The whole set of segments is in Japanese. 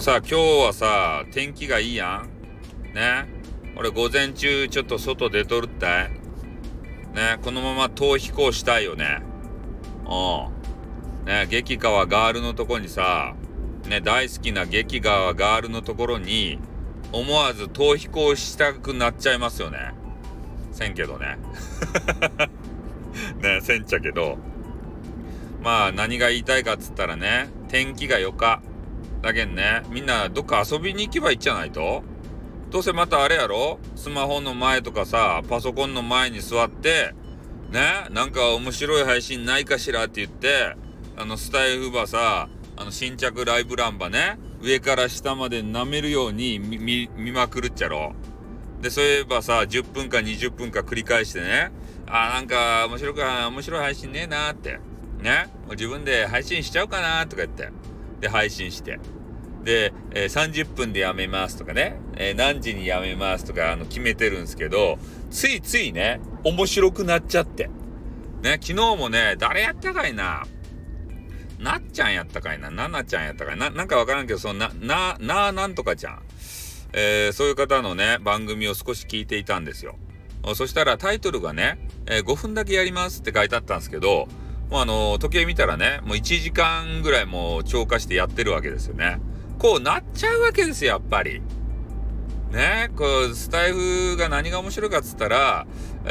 今日はさ、天気がいいやん。ね。俺午前中ちょっと外出とるったい。ね。このまま逃避行したいよね。ね。激川ガールのとこにさ、ね、大好きな激川ガールのところに、思わず逃避行したくなっちゃいますよね。せんけどね。ね、せんちゃけど。まあ、何が言いたいかっつったらね、天気がよか。だけんね、みんなどっか遊びに行けばいいじゃないと。どうせまたあれやろ、スマホの前とかさ、パソコンの前に座って、ね、なんか面白い配信ないかしらって言って、スタイフばさ、新着ライブランバね、上から下まで舐めるように見まくるっちゃろ。で、そういえばさ、10分か20分か繰り返してね、なんか面白い配信ねえなーって、ね、もう自分で配信しちゃおうかなーとか言って、で、配信して、で、30分でやめますとかね、何時にやめますとか決めてるんですけど、ついついね、面白くなっちゃって。ね、昨日もね、誰やったかいな、なっちゃんやったかいな、ななちゃんやったかいな、なんかわからんけど、なんとかちゃん。そういう方のね、番組を少し聞いていたんですよ。そしたらタイトルがね、5分だけやりますって書いてあったんですけど、もう時計見たらね、もう1時間ぐらいもう超過してやってるわけですよね。こうなっちゃうわけですよ、やっぱり。ね、スタイフが何が面白いかっつったら、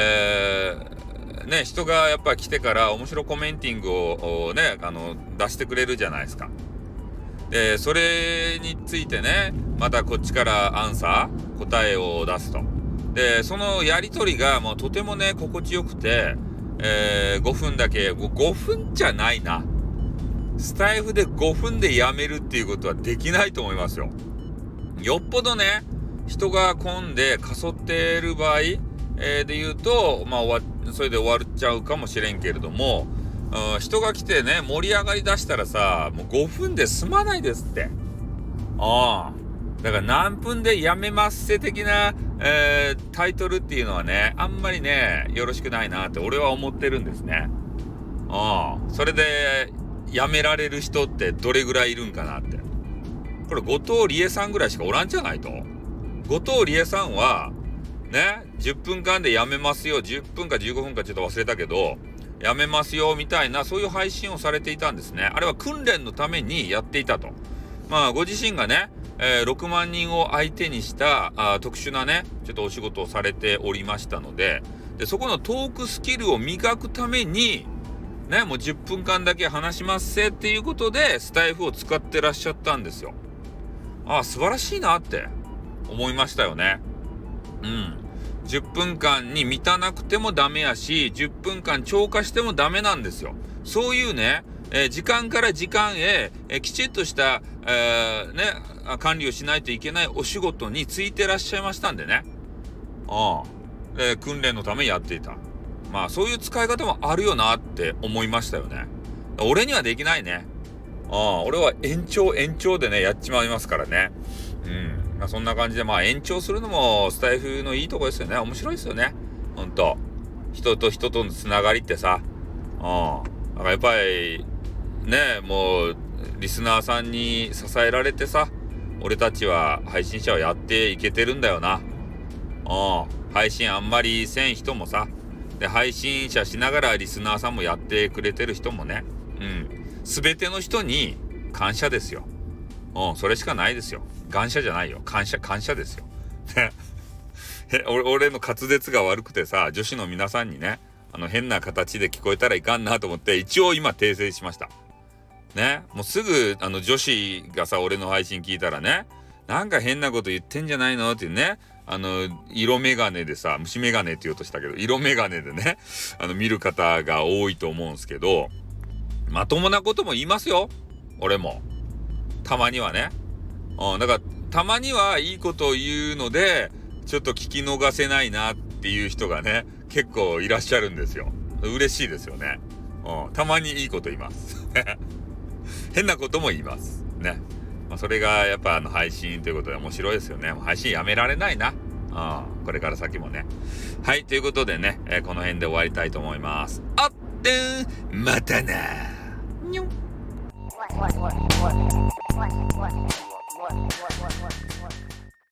ね、人がやっぱ来てから面白コメンティングをね、出してくれるじゃないですか。で、それについてね、またこっちからアンサー、答えを出すと。で、そのやりとりがもうとてもね、心地よくて、5分だけ、5分じゃないな。スタイフで5分でやめるっていうことはできないと思いますよ。よっぽどね、人が混んでかそってる場合、で言うと、まあそれで終わっちゃうかもしれんけれども、人が来てね、盛り上がりだしたらさ、もう5分で済まないですって。だから何分でやめますせ的な、タイトルっていうのはね、あんまりね、よろしくないなって俺は思ってるんですね。それで、やめられる人ってどれぐらいいるんかなって。これ、後藤理恵さんぐらいしかおらんじゃないと。後藤理恵さんは、ね、10分間でやめますよ、10分か15分かちょっと忘れたけど、やめますよ、みたいな、そういう配信をされていたんですね。あれは訓練のためにやっていたと。まあ、ご自身がね、6万人を相手にした特殊なね、ちょっとお仕事をされておりましたので、そこのトークスキルを磨くために、ね、もう10分間だけ話しますせっていうことで、スタイフを使ってらっしゃったんですよ。素晴らしいなって思いましたよね。10分間に満たなくてもダメやし、10分間超過してもダメなんですよ。そういうね、時間から時間へ、きちっとした、管理をしないといけないお仕事についてらっしゃいましたんでね。訓練のためにやっていた。まあそういう使い方もあるよなって思いましたよね。俺にはできないね。俺は延長でね、やっちまいますからね。まあ、そんな感じで、まあ延長するのもスタイフのいいとこですよね。面白いですよね。ほんと。人と人とのつながりってさ。なんかやっぱり、ね、もう、リスナーさんに支えられてさ、俺たちは配信者をやっていけてるんだよな。配信あんまりせん人もさ、で、配信者しながらリスナーさんもやってくれてる人もね、すべての人に感謝ですよ。それしかないですよ。感謝じゃないよ。感謝ですよ。俺の滑舌が悪くてさ、女子の皆さんにね、変な形で聞こえたらいかんなと思って、一応今訂正しました。ね、もうすぐ、女子がさ、俺の配信聞いたらね、なんか変なこと言ってんじゃないのっていうね、色眼鏡でさ、虫眼鏡って言おうとしたけど、色眼鏡でね、見る方が多いと思うんですけど、まともなことも言いますよ。俺も。たまにはね。だから、たまにはいいことを言うので、ちょっと聞き逃せないなっていう人がね、結構いらっしゃるんですよ。嬉しいですよね。たまにいいこと言います。変なことも言います。ね。まあ、それがやっぱ配信ということで面白いですよね。配信やめられないな。これから先もね。はい、ということでね、この辺で終わりたいと思います。またな。にょん。